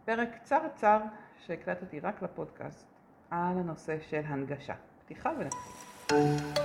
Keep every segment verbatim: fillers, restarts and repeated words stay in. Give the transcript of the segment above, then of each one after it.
פרק קצר קצר שהקלטתי רק לפודקאסט על הנושא של הנגשה. פתיחה ונתחיל.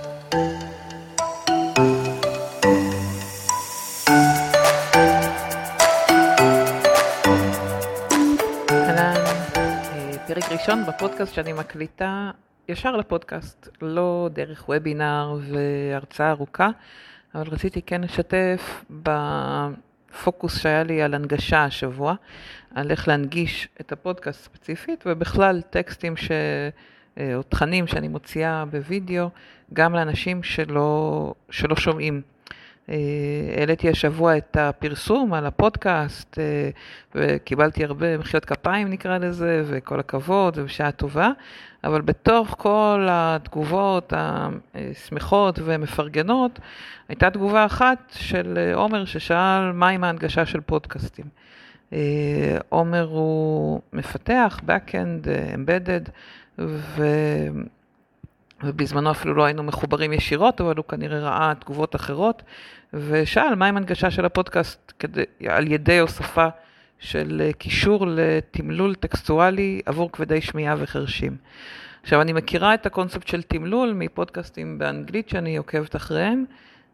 אהלן, פרק ראשון בפודקאסט שאני מקליטה ישר לפודקאסט, לא דרך וובינר והרצאה ארוכה, אבל רציתי כן לשתף בפוקוס שהיה לי על הנגשה השבוע, על איך להנגיש את הפודקאסט ספציפית, ובכלל טקסטים ש... או תכנים שאני מוציאה בווידאו, גם לאנשים שלא, שלא שומעים. העליתי השבוע את הפרסום על הפודקאסט, וקיבלתי הרבה מחיאות כפיים נקרא לזה, וכל הכבוד ובשעה טובה, אבל בתוך כל התגובות השמחות ומפרגנות, הייתה תגובה אחת של עומר ששאל מה עם ההנגשה של פודקאסטים. עומר הוא מפתח, backend, embedded, ו... ובזמנו אפילו לא היינו מחוברים ישירות, אבל הוא כנראה ראה תגובות אחרות, ושאל מה עם הנגשה של הפודקאסט כדי, על ידי הוספה של קישור לתמלול טקסטואלי עבור כבדי שמיעה וחרשים. עכשיו אני מכירה את הקונספט של תמלול מפודקאסטים באנגלית שאני עוקבת אחריהם,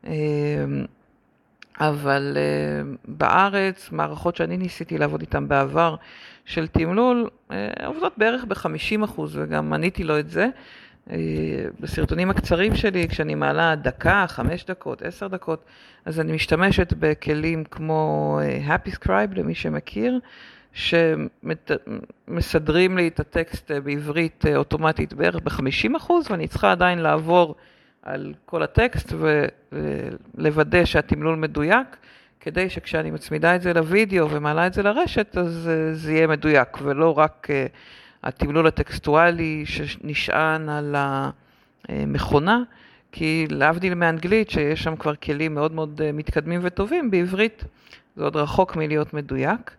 אבל בארץ, מערכות שאני ניסיתי לעבוד איתן בעבר של תמלול, עובדות בערך ב-חמישים אחוז, וגם מניתי לו את זה. בסרטונים הקצרים שלי, כשאני מעלה דקה, חמש דקות, עשר דקות, אז אני משתמשת בכלים כמו Happy Scribe, למי שמכיר, שמסדרים לי את הטקסט בעברית אוטומטית בערך ב-חמישים אחוז, ואני צריכה עדיין לעבור על כל הטקסט ולוודא שהתמלול מדויק, כדי שכשאני מצמידה את זה לוידאו ומעלה את זה לרשת, אז זה יהיה מדויק, ולא רק התמלול הטקסטואלי שנשען על המכונה, כי להבדיל מאנגלית, שיש שם כבר כלים מאוד מאוד מתקדמים וטובים, בעברית זה עוד רחוק מלהיות מדויק.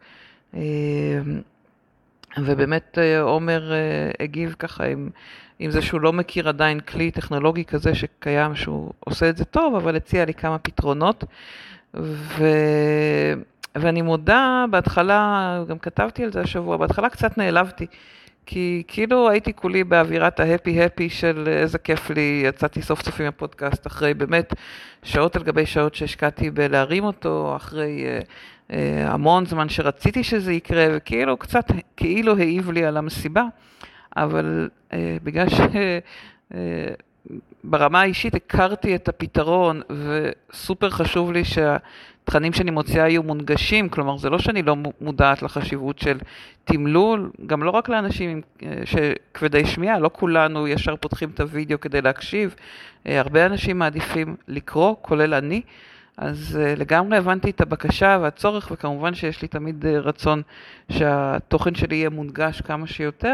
ובאמת עומר הגיב ככה עם, עם זה שהוא לא מכיר עדיין כלי טכנולוגי כזה שקיים, שהוא עושה את זה טוב, אבל הציע לי כמה פתרונות. ו... ואני מודה, בהתחלה, גם כתבתי על זה השבוע, בהתחלה קצת נעלבתי, כי כאילו הייתי כולי באווירת ההפי-הפי של איזה כיף לי, יצאתי סוף סוף עם הפודקאסט, אחרי באמת שעות על גבי שעות שהשקעתי בלהרים אותו, אחרי אה, אה, המון זמן שרציתי שזה יקרה, וכאילו קצת כאילו העיב לי על המסיבה, אבל אה, בגלל ש... אה, ברמה האישית הכרתי את הפתרון, וסופר חשוב לי שהתכנים שאני מוציאה יהיו מונגשים, כלומר זה לא שאני לא מודעת לחשיבות של תמלול, גם לא רק לאנשים שכבדי שמיעה, לא כולנו ישר פותחים את הוידאו כדי להקשיב, הרבה אנשים מעדיפים לקרוא, כולל אני, אז לגמרי הבנתי את הבקשה והצורך, וכמובן שיש לי תמיד רצון שהתוכן שלי יהיה מונגש כמה שיותר,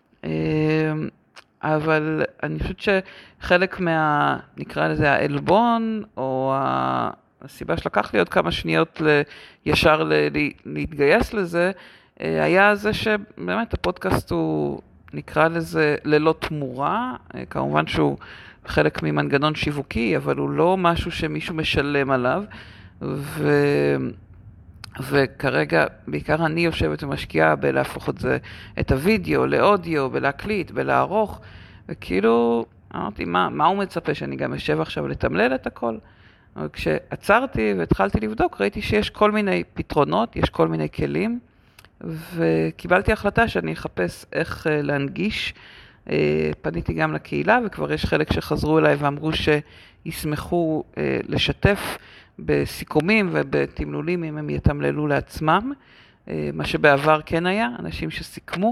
אבל אני חושבת שחלק מה, נקרא לזה העלבון, או הסיבה שלקח לי עוד כמה שניות ישר להתגייס לזה, היה זה שבאמת הפודקאסט הוא, נקרא לזה, ללא תמורה, כמובן שהוא חלק ממנגנון שיווקי, אבל הוא לא משהו שמישהו משלם עליו, ו... וכרגע בעיקר אני יושבת ומשקיעה בלהפוך את זה, את הוידאו לאודיו, בלהקליט, בלערוך, וכאילו אמרתי, מה, מה הוא מצפה, שאני גם אשב עכשיו לתמלל את הכל? אבל כשעצרתי והתחלתי לבדוק, ראיתי שיש כל מיני פתרונות, יש כל מיני כלים, וקיבלתי החלטה שאני אחפש איך להנגיש. פניתי גם לקהילה, וכבר יש חלק שחזרו אליי ואמרו שישמחו לשתף בסיכומים ובתמלולים אם הם יתמללו לעצמם, מה שבעבר כן היה, אנשים שסיכמו.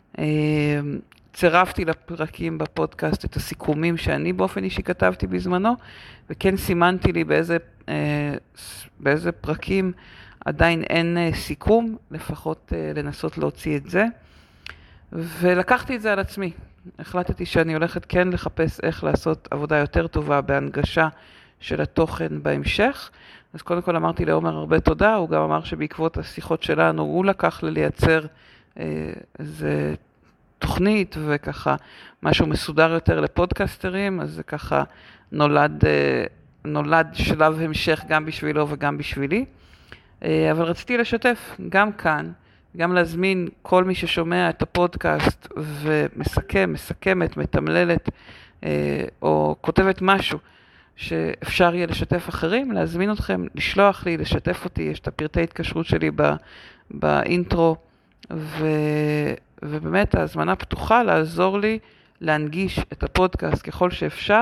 צירפתי לפרקים בפודקאסט את הסיכומים שאני באופן אישי כתבתי בזמנו, וכן סימנתי לי באיזה, באיזה פרקים עדיין אין סיכום, לפחות לנסות להוציא את זה. ולקחתי את זה על עצמי. החלטתי שאני הולכת כן לחפש איך לעשות עבודה יותר טובה בהנגשה של התוכן בהמשך. אז קודם כל אמרתי לעומר הרבה תודה, הוא גם אמר שבעקבות השיחות שלנו הוא לקח לייצר איזה תוכנית וככה משהו מסודר יותר לפודקאסטרים, אז זה ככה נולד, נולד שלב המשך גם בשבילו וגם בשבילי. אבל רציתי לשתף גם כאן, גם להזמין כל מי ששומע את הפודקאסט ומסכם, מסכמת, מתמללת, או כותבת משהו שאפשר יהיה לשתף אחרים, להזמין אתכם, לשלוח לי, לשתף אותי, יש את הפרטי התקשרות שלי בא, באינטרו, ו, ובאמת ההזמנה פתוחה לעזור לי להנגיש את הפודקאסט ככל שאפשר,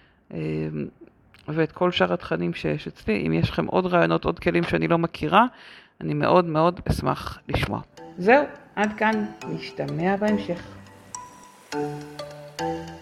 ואת כל שאר התכנים שיש אצלי. אם יש לכם עוד רעיונות, עוד כלים שאני לא מכירה, אני מאוד מאוד אשמח לשמוע. זהו, עד כאן, נשתמע בהמשך.